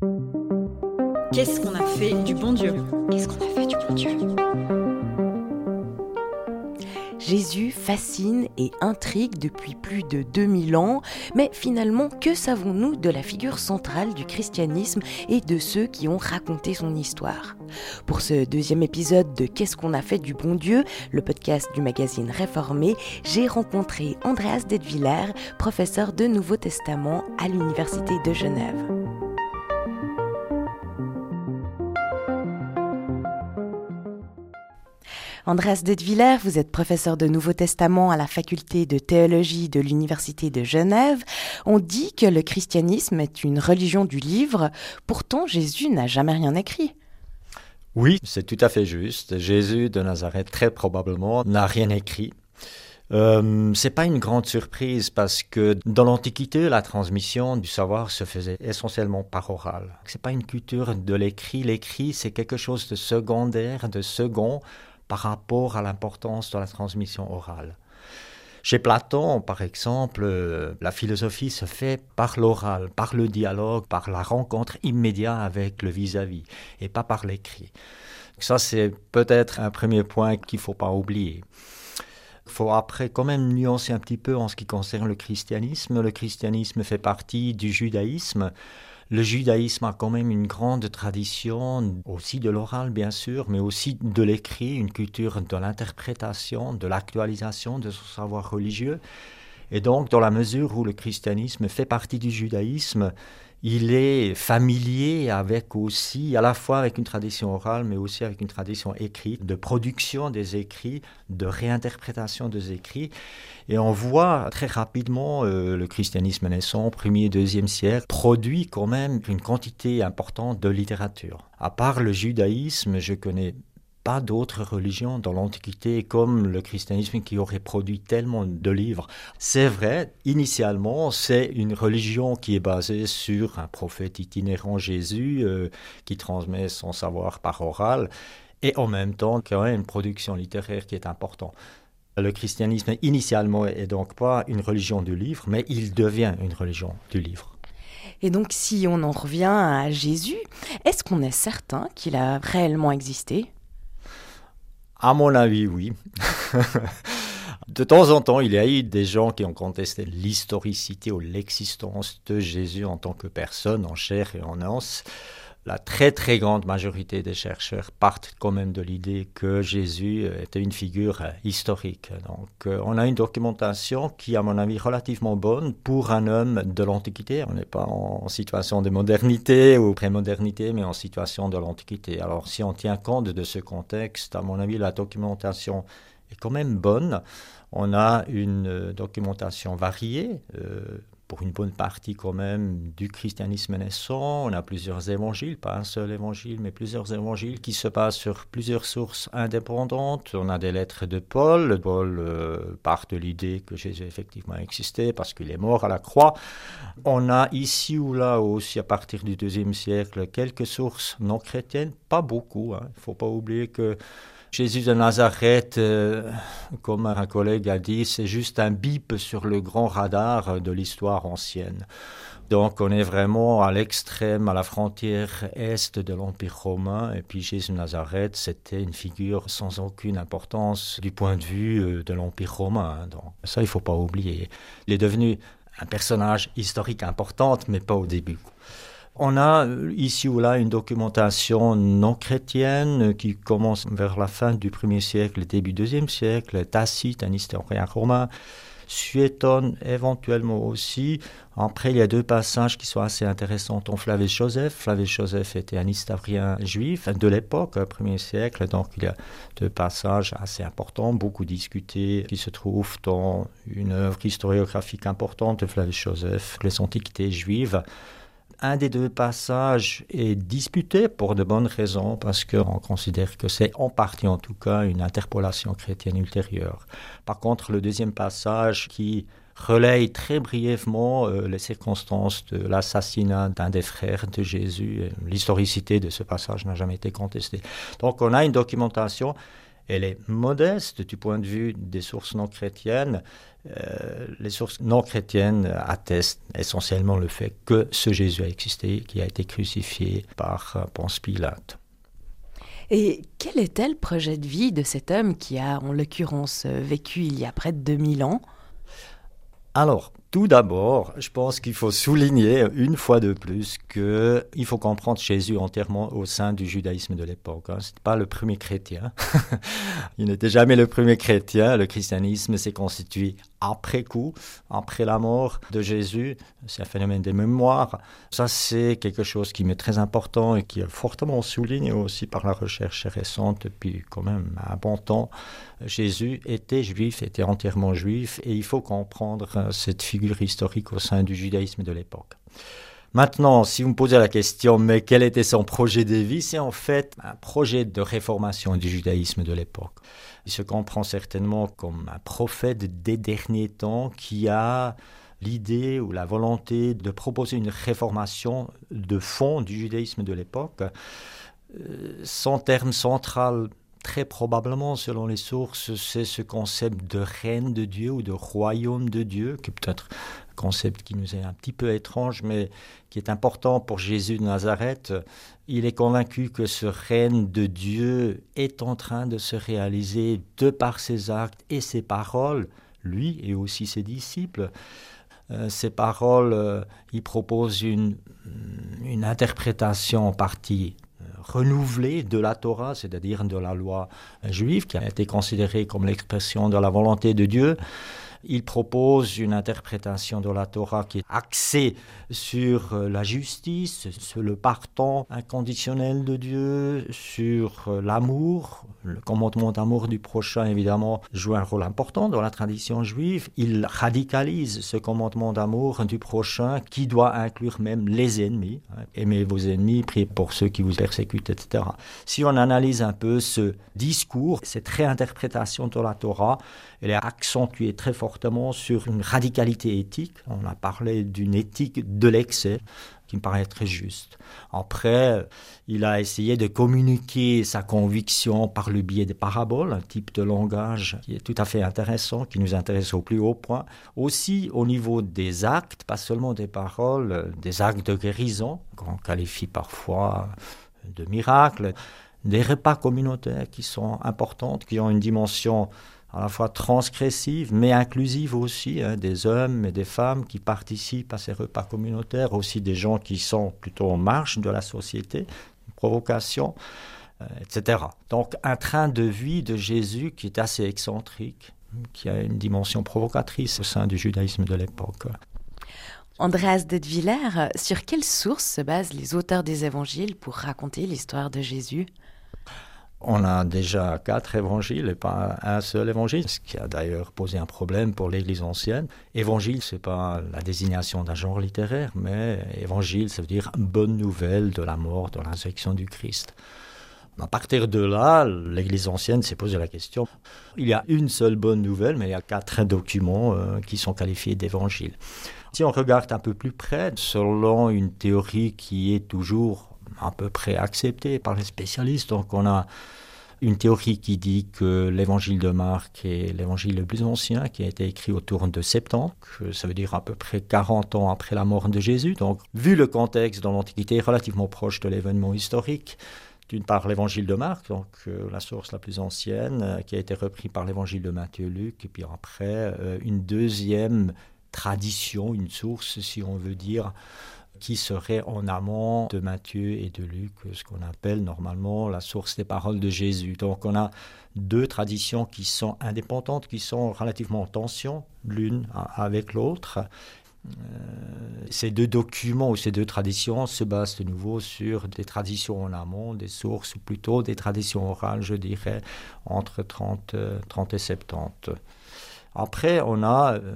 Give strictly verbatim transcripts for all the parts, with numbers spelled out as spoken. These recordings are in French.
Qu'est-ce qu'on a fait du bon Dieu ? Qu'est-ce qu'on a fait du bon Dieu ? Jésus fascine et intrigue depuis plus de deux mille ans, mais finalement, que savons-nous de la figure centrale du christianisme et de ceux qui ont raconté son histoire ? Pour ce deuxième épisode de Qu'est-ce qu'on a fait du bon Dieu, le podcast du magazine Réformé, j'ai rencontré Andreas Detwiller, professeur de Nouveau Testament à l'Université de Genève. Andreas Detwiller, vous êtes professeur de Nouveau Testament à la faculté de théologie de l'Université de Genève. On dit que le christianisme est une religion du livre, pourtant Jésus n'a jamais rien écrit. Oui, c'est tout à fait juste. Jésus de Nazareth, très probablement, n'a rien écrit. Euh, c'est pas une grande surprise parce que dans l'Antiquité, la transmission du savoir se faisait essentiellement par oral. C'est pas une culture de l'écrit. L'écrit, c'est quelque chose de secondaire, de second, par rapport à l'importance de la transmission orale. Chez Platon, par exemple, euh, la philosophie se fait par l'oral, par le dialogue, par la rencontre immédiate avec le vis-à-vis, et pas par l'écrit. Ça, c'est peut-être un premier point qu'il ne faut pas oublier. Il faut après quand même nuancer un petit peu en ce qui concerne le christianisme. Le christianisme fait partie du judaïsme. Le judaïsme a quand même une grande tradition, aussi de l'oral bien sûr, mais aussi de l'écrit, une culture de l'interprétation, de l'actualisation de son savoir religieux. Et donc, dans la mesure où le christianisme fait partie du judaïsme, il est familier avec aussi, à la fois avec une tradition orale, mais aussi avec une tradition écrite, de production des écrits, de réinterprétation des écrits. Et on voit très rapidement euh, le christianisme naissant, premier et deuxième siècle, produit quand même une quantité importante de littérature. À part le judaïsme, je connais pas d'autres religions dans l'Antiquité comme le christianisme qui aurait produit tellement de livres. C'est vrai, initialement, c'est une religion qui est basée sur un prophète itinérant, Jésus, euh, qui transmet son savoir par oral, et en même temps, quand même, une production littéraire qui est importante. Le christianisme, initialement, est donc pas une religion du livre, mais il devient une religion du livre. Et donc, si on en revient à Jésus, est-ce qu'on est certain qu'il a réellement existé ? À mon avis, oui. De temps en temps, il y a eu des gens qui ont contesté l'historicité ou l'existence de Jésus en tant que personne, en chair et en os. La très très grande majorité des chercheurs partent quand même de l'idée que Jésus était une figure historique. Donc euh, on a une documentation qui, à mon avis, est relativement bonne pour un homme de l'Antiquité. On n'est pas en situation de modernité ou pré-modernité, mais en situation de l'Antiquité. Alors si on tient compte de ce contexte, à mon avis, la documentation est quand même bonne. On a une documentation variée, euh, pour une bonne partie quand même du christianisme naissant. On a plusieurs évangiles, pas un seul évangile, mais plusieurs évangiles qui se basent sur plusieurs sources indépendantes. On a des lettres de Paul. Paul euh, part de l'idée que Jésus effectivement existait parce qu'il est mort à la croix. On a ici ou là aussi, à partir du deuxième siècle, quelques sources non chrétiennes, pas beaucoup. Il hein. ne faut pas oublier que Jésus de Nazareth, euh, comme un collègue a dit, c'est juste un bip sur le grand radar de l'histoire ancienne. Donc on est vraiment à l'extrême, à la frontière est de l'Empire romain. Et puis Jésus de Nazareth, c'était une figure sans aucune importance du point de vue de l'Empire romain. Donc ça, il ne faut pas oublier. Il est devenu un personnage historique important, mais pas au début. On a ici ou là une documentation non chrétienne qui commence vers la fin du premier siècle, début du deuxième siècle. Tacite, un historien romain, Suétone éventuellement aussi. Après, il y a deux passages qui sont assez intéressants, dont Flavius Joseph. Flavius Joseph était un historien juif de l'époque, premier siècle, donc il y a deux passages assez importants, beaucoup discutés, qui se trouvent dans une œuvre historiographique importante de Flavius Joseph, les Antiquités juives. Un des deux passages est disputé pour de bonnes raisons, parce qu'on considère que c'est en partie en tout cas une interpolation chrétienne ultérieure. Par contre, le deuxième passage qui relaye très brièvement euh, les circonstances de l'assassinat d'un des frères de Jésus, l'historicité de ce passage n'a jamais été contestée. Donc on a une documentation elle est modeste du point de vue des sources non chrétiennes. Euh, les sources non chrétiennes attestent essentiellement le fait que ce Jésus a existé, qui a été crucifié par euh, Ponce Pilate. Et quel était le projet de vie de cet homme qui a, en l'occurrence, vécu il y a près de deux mille ans ? Alors, tout d'abord, je pense qu'il faut souligner une fois de plus qu'il faut comprendre Jésus entièrement au sein du judaïsme de l'époque. Hein. Ce n'est pas le premier chrétien. Il n'était jamais le premier chrétien. Le christianisme s'est constitué après coup, après la mort de Jésus. C'est un phénomène des mémoires. Ça, c'est quelque chose qui m'est très important et qui est fortement souligné aussi par la recherche récente depuis quand même un bon temps. Jésus était juif, était entièrement juif, et il faut comprendre cette figure historique au sein du judaïsme de l'époque. Maintenant, si vous me posez la question, mais quel était son projet de vie ? C'est en fait un projet de réformation du judaïsme de l'époque. Il se comprend certainement comme un prophète des derniers temps qui a l'idée ou la volonté de proposer une réformation de fond du judaïsme de l'époque. Son terme central, très probablement, selon les sources, c'est ce concept de règne de Dieu ou de royaume de Dieu, qui est peut-être un concept qui nous est un petit peu étrange, mais qui est important pour Jésus de Nazareth. Il est convaincu que ce règne de Dieu est en train de se réaliser de par ses actes et ses paroles, lui et aussi ses disciples. Euh, ces paroles, euh, il propose une, une interprétation en partie renouvelée de la Torah, c'est-à-dire de la loi juive, qui a été considérée comme l'expression de la volonté de Dieu. Il propose une interprétation de la Torah qui est axée sur la justice, sur le pardon inconditionnel de Dieu, sur l'amour. Le commandement d'amour du prochain, évidemment, joue un rôle important dans la tradition juive. Il radicalise ce commandement d'amour du prochain qui doit inclure même les ennemis. Aimez vos ennemis, priez pour ceux qui vous persécutent, et cetera. Si on analyse un peu ce discours, cette réinterprétation de la Torah, elle est accentuée très fortement sur une radicalité éthique. On a parlé d'une éthique de l'excès qui me paraît très juste. Après, il a essayé de communiquer sa conviction par le biais des paraboles, un type de langage qui est tout à fait intéressant, qui nous intéresse au plus haut point. Aussi au niveau des actes, pas seulement des paroles, des actes de guérison, qu'on qualifie parfois de miracles, des repas communautaires qui sont importants, qui ont une dimension à la fois transgressive, mais inclusive aussi, hein, des hommes et des femmes qui participent à ces repas communautaires, aussi des gens qui sont plutôt en marge de la société, une provocation, euh, et cetera. Donc un train de vie de Jésus qui est assez excentrique, qui a une dimension provocatrice au sein du judaïsme de l'époque. Andreas Detwiller, sur quelles sources se basent les auteurs des évangiles pour raconter l'histoire de Jésus ? On a déjà quatre évangiles et pas un seul évangile, ce qui a d'ailleurs posé un problème pour l'Église ancienne. Évangile, ce n'est pas la désignation d'un genre littéraire, mais évangile, ça veut dire bonne nouvelle de la mort, de la résurrection du Christ. À partir de là, l'Église ancienne s'est posé la question. Il y a une seule bonne nouvelle, mais il y a quatre documents euh, qui sont qualifiés d'évangiles. Si on regarde un peu plus près, selon une théorie qui est toujours à peu près accepté par les spécialistes. Donc on a une théorie qui dit que l'évangile de Marc est l'évangile le plus ancien, qui a été écrit autour de septante, ça veut dire à peu près quarante ans après la mort de Jésus. Donc vu le contexte dans l'Antiquité relativement proche de l'événement historique, d'une part l'évangile de Marc, donc euh, la source la plus ancienne, euh, qui a été repris par l'évangile de Matthieu, Luc, et puis après euh, une deuxième tradition, une source si on veut dire, qui serait en amont de Matthieu et de Luc, ce qu'on appelle normalement la source des paroles de Jésus. Donc on a deux traditions qui sont indépendantes, qui sont relativement en tension l'une avec l'autre. Euh, ces deux documents ou ces deux traditions se basent de nouveau sur des traditions en amont, des sources, ou plutôt des traditions orales, je dirais, entre trente, trente et soixante-dix. Après, on a euh,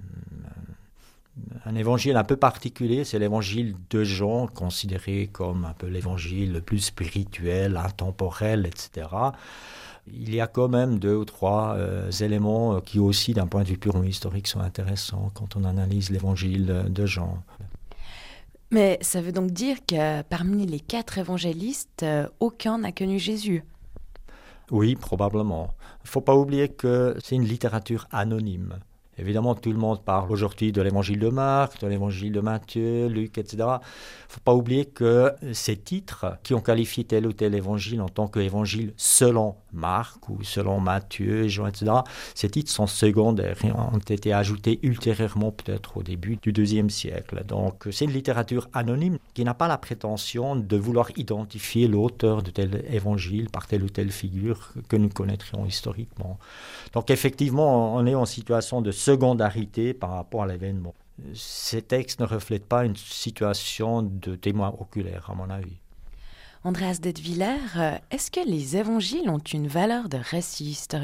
un évangile un peu particulier, c'est l'évangile de Jean, considéré comme un peu l'évangile le plus spirituel, intemporel, et cetera. Il y a quand même deux ou trois euh, éléments qui aussi, d'un point de vue purement historique, sont intéressants quand on analyse l'évangile de Jean. Mais ça veut donc dire que parmi les quatre évangélistes, euh, aucun n'a connu Jésus ? Oui, probablement. Il ne faut pas oublier que c'est une littérature anonyme. Évidemment, tout le monde parle aujourd'hui de l'évangile de Marc, de l'évangile de Matthieu, Luc, et cetera. Il ne faut pas oublier que ces titres qui ont qualifié tel ou tel évangile en tant qu'évangile selon Marc ou selon Matthieu, Jean, et cetera, ces titres sont secondaires et ont été ajoutés ultérieurement, peut-être au début du deuxième siècle. Donc, c'est une littérature anonyme qui n'a pas la prétention de vouloir identifier l'auteur de tel évangile par telle ou telle figure que nous connaîtrions historiquement. Donc, effectivement, on est en situation de secondarité par rapport à l'événement. Ces textes ne reflètent pas une situation de témoin oculaire, à mon avis. Andreas Detwiller, est-ce que les évangiles ont une valeur de récit historique ?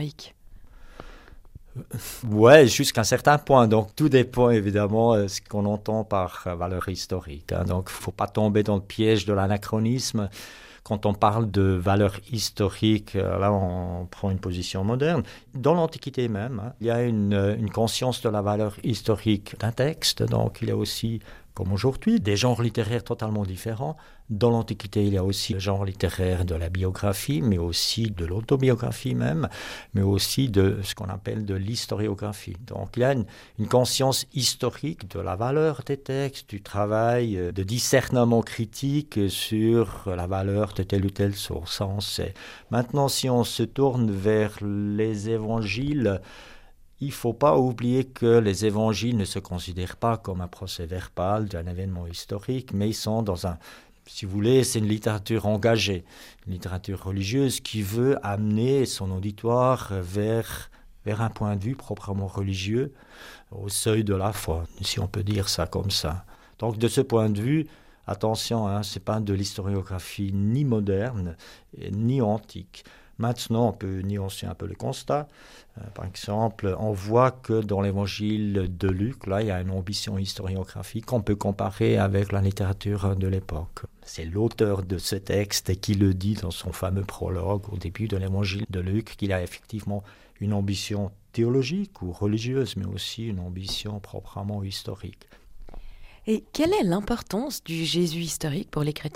Ouais, jusqu'à un certain point. Donc, tout dépend évidemment de ce qu'on entend par valeur historique. Hein. Donc, il ne faut pas tomber dans le piège de l'anachronisme. Quand on parle de valeur historique, là, on prend une position moderne. Dans l'Antiquité même, hein, il y a une, une conscience de la valeur historique d'un texte. Donc, il y a aussi, comme aujourd'hui, des genres littéraires totalement différents. Dans l'Antiquité, il y a aussi le genre littéraire de la biographie, mais aussi de l'autobiographie même, mais aussi de ce qu'on appelle de l'historiographie. Donc, il y a une, une conscience historique de la valeur des textes, du travail de discernement critique sur la valeur de telle ou telle source. Ça, on sait. Maintenant, si on se tourne vers les évangiles, il ne faut pas oublier que les évangiles ne se considèrent pas comme un procès-verbal d'un événement historique, mais ils sont dans un... Si vous voulez, c'est une littérature engagée, une littérature religieuse qui veut amener son auditoire vers, vers un point de vue proprement religieux, au seuil de la foi, si on peut dire ça comme ça. Donc de ce point de vue, attention, hein, ce n'est pas de l'historiographie ni moderne, ni antique. Maintenant, on peut nuancer un peu le constat. Euh, par exemple, on voit que dans l'évangile de Luc, là, il y a une ambition historiographique qu'on peut comparer avec la littérature de l'époque. C'est l'auteur de ce texte qui le dit dans son fameux prologue au début de l'évangile de Luc, qu'il a effectivement une ambition théologique ou religieuse, mais aussi une ambition proprement historique. Et quelle est l'importance du Jésus historique pour les chrétiens ?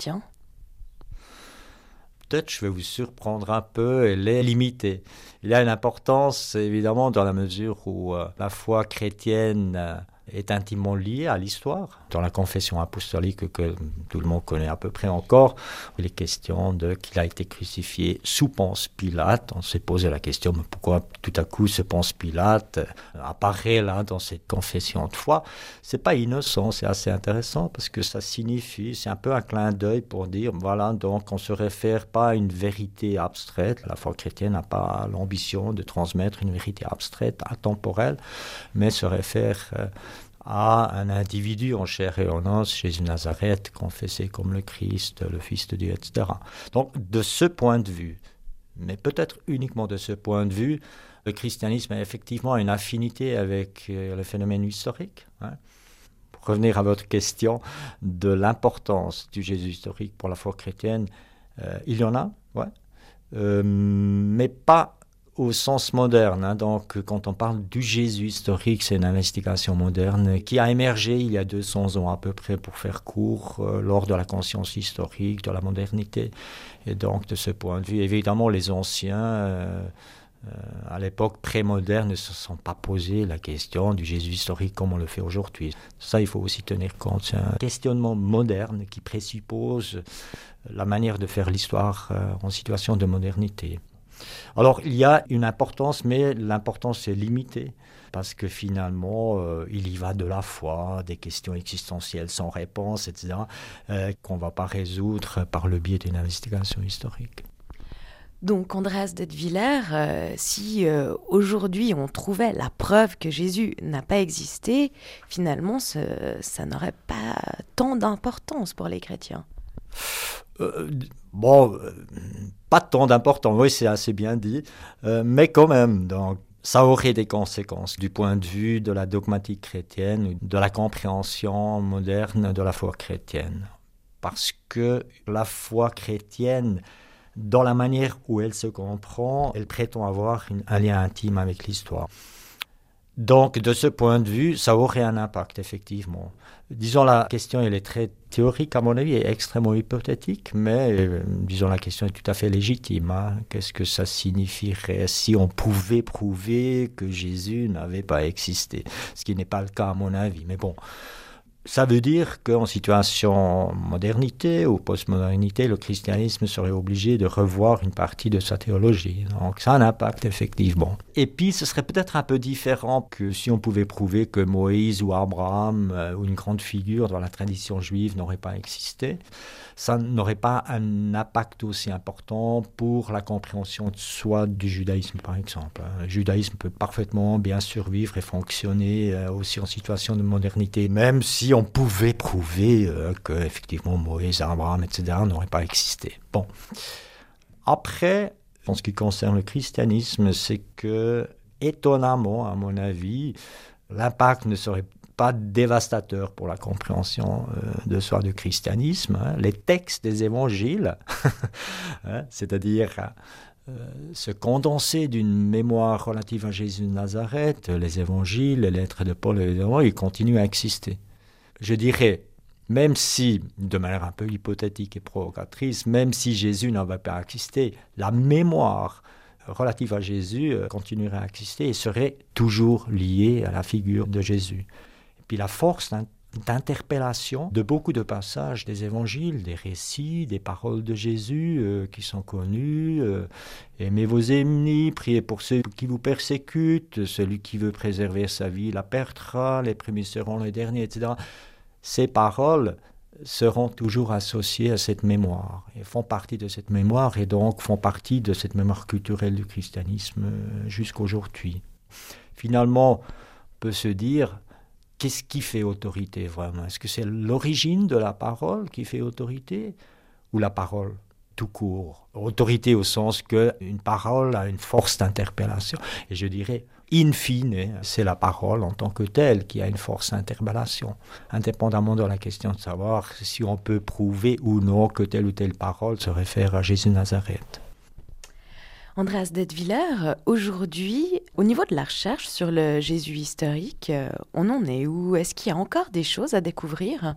Peut-être je vais vous surprendre un peu, elle est limitée. Il a une importance évidemment dans la mesure où euh, la foi chrétienne euh, est intimement liée à l'histoire. Dans la confession apostolique que tout le monde connaît à peu près encore, il est question de qu'il a été crucifié sous Ponce Pilate. On s'est posé la question, mais pourquoi tout à coup ce Ponce Pilate apparaît là dans cette confession de foi? C'est pas innocent, c'est assez intéressant parce que ça signifie, c'est un peu un clin d'œil pour dire, voilà, donc on se réfère pas à une vérité abstraite. La foi chrétienne n'a pas l'ambition de transmettre une vérité abstraite, intemporelle, mais se réfère euh, à un individu en chair et en os, Jésus de Nazareth, confessé comme le Christ, le Fils de Dieu, et cetera. Donc, de ce point de vue, mais peut-être uniquement de ce point de vue, le christianisme a effectivement une affinité avec euh, le phénomène historique. Hein. Pour revenir à votre question de l'importance du Jésus historique pour la foi chrétienne, euh, il y en a, ouais, euh, mais pas au sens moderne. Hein. Donc, quand on parle du Jésus historique, c'est une investigation moderne qui a émergé il y a deux cents ans à peu près, pour faire court, euh, lors de la conscience historique, de la modernité. Et donc, de ce point de vue, évidemment, les anciens, euh, euh, à l'époque pré-moderne, ne se sont pas posé la question du Jésus historique comme on le fait aujourd'hui. Ça, il faut aussi tenir compte. C'est un questionnement moderne qui présuppose la manière de faire l'histoire euh, en situation de modernité. Alors, il y a une importance, mais l'importance est limitée, parce que finalement, euh, il y va de la foi, des questions existentielles sans réponse, et cetera, euh, qu'on ne va pas résoudre par le biais d'une investigation historique. Donc, Andreas Detwiller, euh, si euh, aujourd'hui on trouvait la preuve que Jésus n'a pas existé, finalement, ce, ça n'aurait pas tant d'importance pour les chrétiens. Euh, bon, euh, pas tant d'importance, oui, c'est assez bien dit, euh, mais quand même, donc, ça aurait des conséquences du point de vue de la dogmatique chrétienne, de la compréhension moderne de la foi chrétienne. Parce que la foi chrétienne, dans la manière où elle se comprend, elle prétend avoir une, un lien intime avec l'histoire. Donc, de ce point de vue, ça aurait un impact, effectivement. Disons, la question, elle est très théorique, à mon avis, et extrêmement hypothétique, mais, euh, disons, la question est tout à fait légitime. Hein. Qu'est-ce que ça signifierait si on pouvait prouver que Jésus n'avait pas existé? Ce qui n'est pas le cas, à mon avis. Mais bon, ça veut dire qu'en situation modernité ou postmodernité, le christianisme serait obligé de revoir une partie de sa théologie. Donc ça a un impact, effectivement. Et puis, ce serait peut-être un peu différent que si on pouvait prouver que Moïse ou Abraham euh, ou une grande figure dans la tradition juive n'aurait pas existé. Ça n'aurait pas un impact aussi important pour la compréhension de soi du judaïsme, par exemple. Le judaïsme peut parfaitement bien survivre et fonctionner euh, aussi en situation de modernité, même si on pouvait prouver euh, que, effectivement, Moïse, Abraham, et cetera n'auraient pas existé. Bon. Après, en ce qui concerne le christianisme, c'est que, étonnamment, à mon avis, l'impact ne serait pas dévastateur pour la compréhension euh, de soi du christianisme. Hein. Les textes des évangiles, hein, c'est-à-dire euh, ce condensé d'une mémoire relative à Jésus de Nazareth, les évangiles, les lettres de Paul, évidemment, ils continuent à exister. Je dirais, même si, de manière un peu hypothétique et provocatrice, même si Jésus n'avait pas existé, la mémoire relative à Jésus euh, continuerait à exister et serait toujours liée à la figure de Jésus. Et puis la force d'interpellation de beaucoup de passages des évangiles, des récits, des paroles de Jésus euh, qui sont connus. Euh, Aimez vos ennemis, priez pour ceux qui vous persécutent, celui qui veut préserver sa vie la perdra, les premiers seront les derniers, et cetera. Ces paroles seront toujours associées à cette mémoire et font partie de cette mémoire et donc font partie de cette mémoire culturelle du christianisme euh, jusqu'aujourd'hui. Finalement, on peut se dire, qu'est-ce qui fait autorité vraiment? Est-ce que c'est l'origine de la parole qui fait autorité ou la parole tout court? Autorité au sens qu'une parole a une force d'interpellation. Et je dirais, in fine, c'est la parole en tant que telle qui a une force d'interpellation, indépendamment de la question de savoir si on peut prouver ou non que telle ou telle parole se réfère à Jésus de Nazareth. Andreas Detwiller, aujourd'hui, au niveau de la recherche sur le Jésus historique, on en est où? Est-ce qu'il y a encore des choses à découvrir?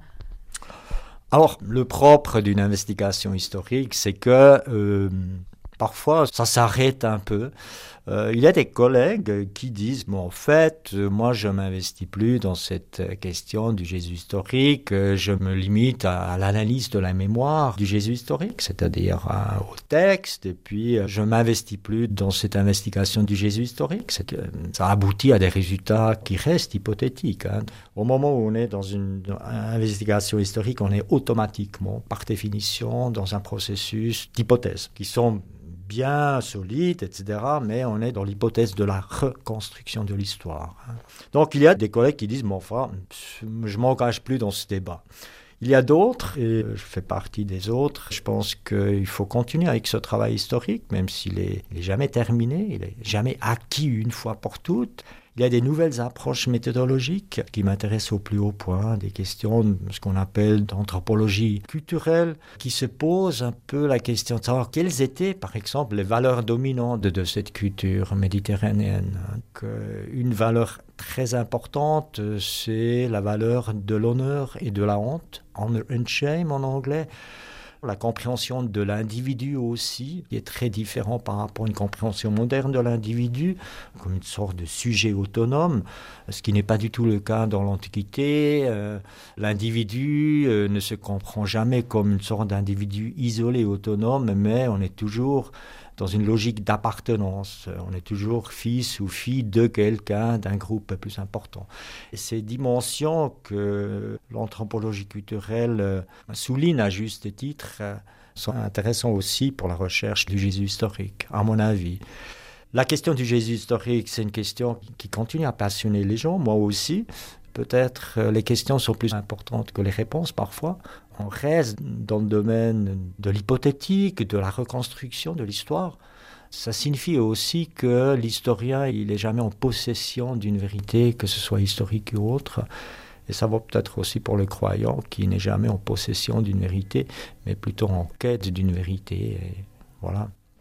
Alors, le propre d'une investigation historique, c'est que euh, parfois, ça s'arrête un peu. Euh, il y a des collègues qui disent, bon, en fait, euh, moi, je ne m'investis plus dans cette question du Jésus historique, euh, je me limite à, à l'analyse de la mémoire du Jésus historique, c'est-à-dire euh, au texte, et puis euh, je ne m'investis plus dans cette investigation du Jésus historique. C'est que, ça aboutit à des résultats qui restent hypothétiques. Hein. Au moment où on est dans une, dans une investigation historique, on est automatiquement, par définition, dans un processus d'hypothèses qui sont bien solide, et cetera, mais on est dans l'hypothèse de la reconstruction de l'histoire. Donc il y a des collègues qui disent, bon, enfin, je ne m'engage plus dans ce débat. Il y a d'autres, et je fais partie des autres, je pense qu'il faut continuer avec ce travail historique, même s'il n'est jamais terminé, il n'est jamais acquis une fois pour toutes. Il y a des nouvelles approches méthodologiques qui m'intéressent au plus haut point, des questions de ce qu'on appelle d'anthropologie culturelle, qui se posent un peu la question de savoir quelles étaient, par exemple, les valeurs dominantes de, de cette culture méditerranéenne. Donc, une valeur très importante, c'est la valeur de l'honneur et de la honte, honor and shame en anglais. La compréhension de l'individu aussi, qui est très différent par rapport à une compréhension moderne de l'individu, comme une sorte de sujet autonome, ce qui n'est pas du tout le cas dans l'Antiquité. Euh, l'individu euh, ne se comprend jamais comme une sorte d'individu isolé, autonome, mais on est toujours dans une logique d'appartenance. On est toujours fils ou fille de quelqu'un, d'un groupe plus important. Et ces dimensions que l'anthropologie culturelle souligne à juste titre sont intéressantes aussi pour la recherche du Jésus historique, à mon avis. La question du Jésus historique, c'est une question qui continue à passionner les gens, moi aussi. Peut-être les questions sont plus importantes que les réponses parfois. On reste dans le domaine de l'hypothétique, de la reconstruction de l'histoire. Ça signifie aussi que l'historien, il n'est jamais en possession d'une vérité, que ce soit historique ou autre. Et ça vaut peut-être aussi pour le croyant qui n'est jamais en possession d'une vérité, mais plutôt en quête d'une vérité. Et voilà.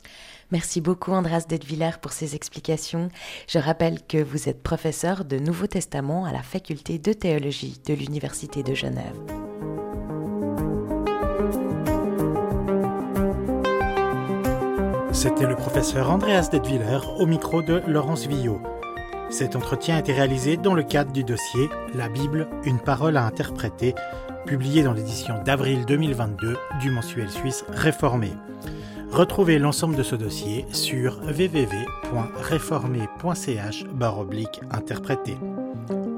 Merci beaucoup Andreas Detwiller pour ces explications. Je rappelle que vous êtes professeur de Nouveau Testament à la faculté de théologie de l'Université de Genève. C'était le professeur Andreas Detwiller au micro de Laurence Villot. Cet entretien a été réalisé dans le cadre du dossier « La Bible, une parole à interpréter », publié dans l'édition d'avril deux mille vingt-deux du mensuel suisse Réformé. Retrouvez l'ensemble de ce dossier sur w w w point réformé point c h barre oblique interprété.